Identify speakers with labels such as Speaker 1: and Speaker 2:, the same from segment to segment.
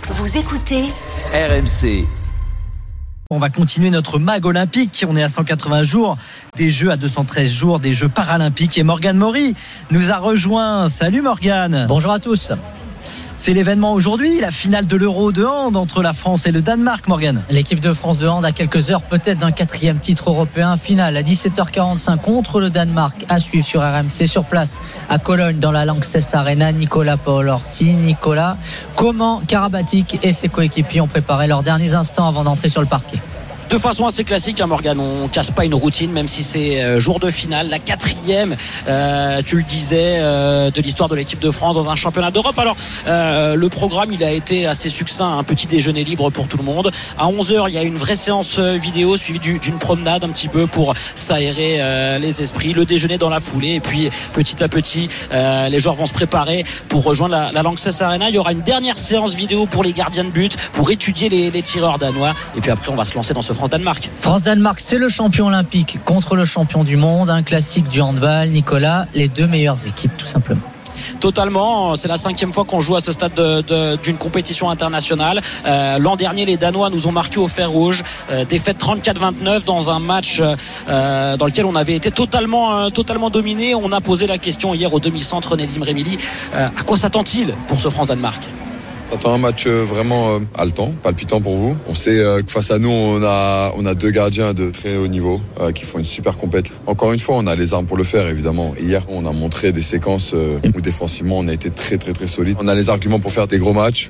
Speaker 1: Vous écoutez
Speaker 2: RMC.
Speaker 3: On va continuer notre mag olympique. On est à 180 jours des Jeux, à 213 jours des Jeux paralympiques. Et Morgane Maury nous a rejoint. Salut Morgane.
Speaker 4: Bonjour à tous.
Speaker 3: C'est l'événement aujourd'hui, la finale de l'Euro de hand entre la France et le Danemark, Morgane.
Speaker 4: L'équipe de France de hand à quelques heures peut-être d'un 4e titre européen. Finale à 17h45 contre le Danemark, à suivre sur RMC sur place à Cologne dans la Lanxess Arena. Nicolas Paul-Orsi. Nicolas, comment Karabatic et ses coéquipiers ont préparé leurs derniers instants avant d'entrer sur le parquet?
Speaker 5: De façon assez classique, Morgane, on casse pas une routine, même si c'est jour de finale, la 4e, tu le disais, de l'histoire de l'équipe de France dans un championnat d'Europe. Alors le programme, il a été assez succinct, un petit déjeuner libre pour tout le monde. À 11h, il y a une vraie séance vidéo suivie d'une promenade un petit peu pour s'aérer les esprits, le déjeuner dans la foulée, et puis petit à petit les joueurs vont se préparer pour rejoindre la Lanxess Arena. Il y aura une dernière séance vidéo pour les gardiens de but, pour étudier les tireurs danois, et puis après on va se lancer dans ce France-Danemark.
Speaker 4: France-Danemark, c'est le champion olympique contre le champion du monde, un classique du handball. Nicolas, les deux meilleures équipes tout simplement.
Speaker 5: Totalement, c'est la 5e fois qu'on joue à ce stade d'une compétition internationale. L'an dernier, les Danois nous ont marqué au fer rouge, défaite 34-29 dans un match dans lequel on avait été totalement dominé. On a posé la question hier au demi-centre Nedim Remili, à quoi s'attend-il pour ce France-Danemark?
Speaker 6: Attends, un match vraiment haletant, palpitant pour vous. On sait que face à nous, on a deux gardiens de très haut niveau qui font une super compète. Encore une fois, on a les armes pour le faire, évidemment. Hier, on a montré des séquences où défensivement, on a été très solide. On a les arguments pour faire des gros matchs.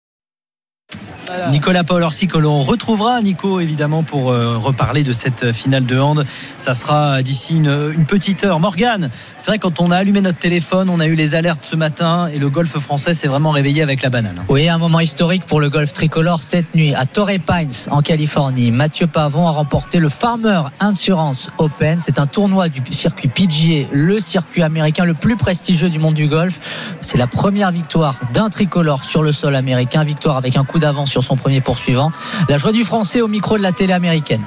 Speaker 3: Nicolas Paul-Orsi, que l'on retrouvera, Nico, évidemment, pour reparler de cette finale de hand. Ça sera d'ici une petite heure. Morgane, c'est vrai, quand on a allumé notre téléphone, on a eu les alertes ce matin et le golf français s'est vraiment réveillé avec la banane.
Speaker 4: Oui, un moment historique pour le golf tricolore cette nuit à Torrey Pines en Californie. Mathieu Pavon a remporté le Farmer Insurance Open. C'est un tournoi du circuit PGA, le circuit américain le plus prestigieux du monde du golf. C'est la première victoire d'un tricolore sur le sol américain. Victoire avec un coup d'avance sur son premier poursuivant. La joie du français au micro de la télé américaine.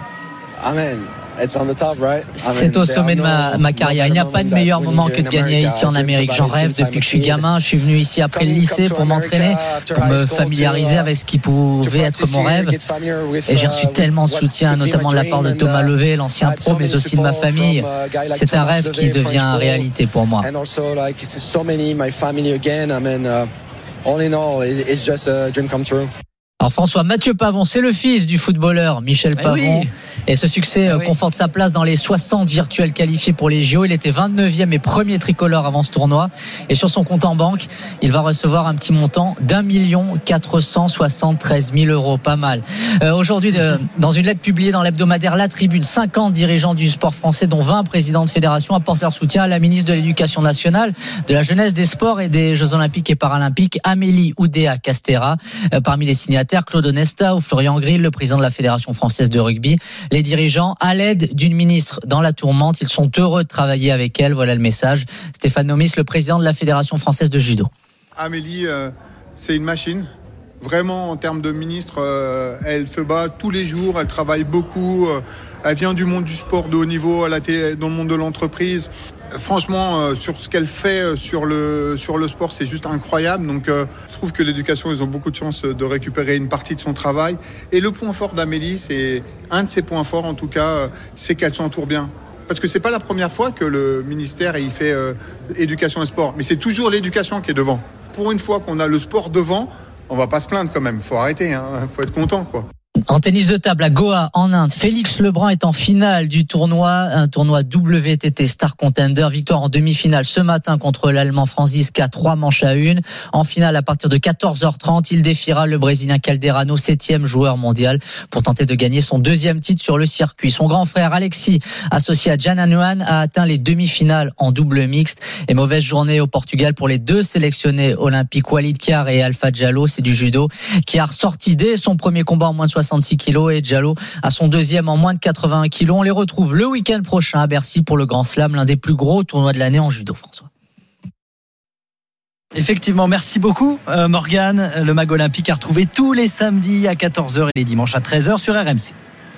Speaker 4: C'est au sommet de ma carrière. Il n'y a pas de meilleur moment que de gagner ici en Amérique. J'en rêve depuis que je suis gamin. Je suis venu ici après le lycée pour m'entraîner, pour me familiariser avec ce qui pouvait être mon rêve. Et j'ai reçu tellement de soutien, notamment de la part de Thomas Levé, l'ancien pro, mais aussi de ma famille. C'est un rêve qui devient réalité pour moi.
Speaker 7: All in all, it's just a dream come true.
Speaker 4: Alors François, Mathieu Pavon, c'est le fils du footballeur Michel Pavon. Oui. Et ce succès conforte sa place dans les 60 virtuels qualifiés pour les JO. Il était 29e et premier tricolore avant ce tournoi. Et sur son compte en banque, il va recevoir un petit montant d'1 473 000 €. Pas mal. Aujourd'hui, dans une lettre publiée dans l'hebdomadaire La Tribune, 50 dirigeants du sport français, dont 20 présidents de fédération, apportent leur soutien à la ministre de l'Éducation nationale, de la jeunesse, des sports et des Jeux olympiques et paralympiques, Amélie Oudéa-Castéra. Parmi les signataires, Claude Onesta ou Florian Grill, le président de la Fédération française de rugby. Les dirigeants, à l'aide d'une ministre dans la tourmente, ils sont heureux de travailler avec elle. Voilà le message. Stéphane Nomis, le président de la Fédération française de judo.
Speaker 8: Amélie, c'est une machine. Vraiment, en termes de ministre, elle se bat tous les jours, elle travaille beaucoup. Elle vient du monde du sport de haut niveau, elle a été dans le monde de l'entreprise. Franchement, sur ce qu'elle fait sur le sport, c'est juste incroyable. Donc, je trouve que l'éducation, ils ont beaucoup de chance de récupérer une partie de son travail. Et le point fort d'Amélie, c'est un de ses points forts, en tout cas, c'est qu'elle s'entoure bien. Parce que c'est pas la première fois que le ministère il fait éducation et sport, mais c'est toujours l'éducation qui est devant. Pour une fois qu'on a le sport devant, on va pas se plaindre quand même. Faut arrêter, faut être content, quoi.
Speaker 4: En tennis de table à Goa en Inde, Félix Lebrun est en finale du tournoi, un tournoi WTT Star Contender. Victoire en demi-finale ce matin contre l'Allemand Franziska, 3 manches à 1. En finale à partir de 14h30, il défiera le Brésilien Calderano, 7e joueur mondial, pour tenter de gagner son 2e titre sur le circuit. Son grand frère Alexis, associé à Jan Anuan, a atteint les demi-finales en double mixte. Et mauvaise journée au Portugal pour les deux sélectionnés olympiques, Walid Kiar et Alpha Diallo, c'est du judo. Kiar sorti dès son premier combat en moins de 66 kilos et Diallo à son deuxième en moins de 81 kilos. On les retrouve le week-end prochain à Bercy pour le Grand Slam, l'un des plus gros tournois de l'année en judo, François.
Speaker 3: Effectivement, merci beaucoup Morgane. Le mag olympique à retrouver tous les samedis à 14h et les dimanches à 13h sur RMC.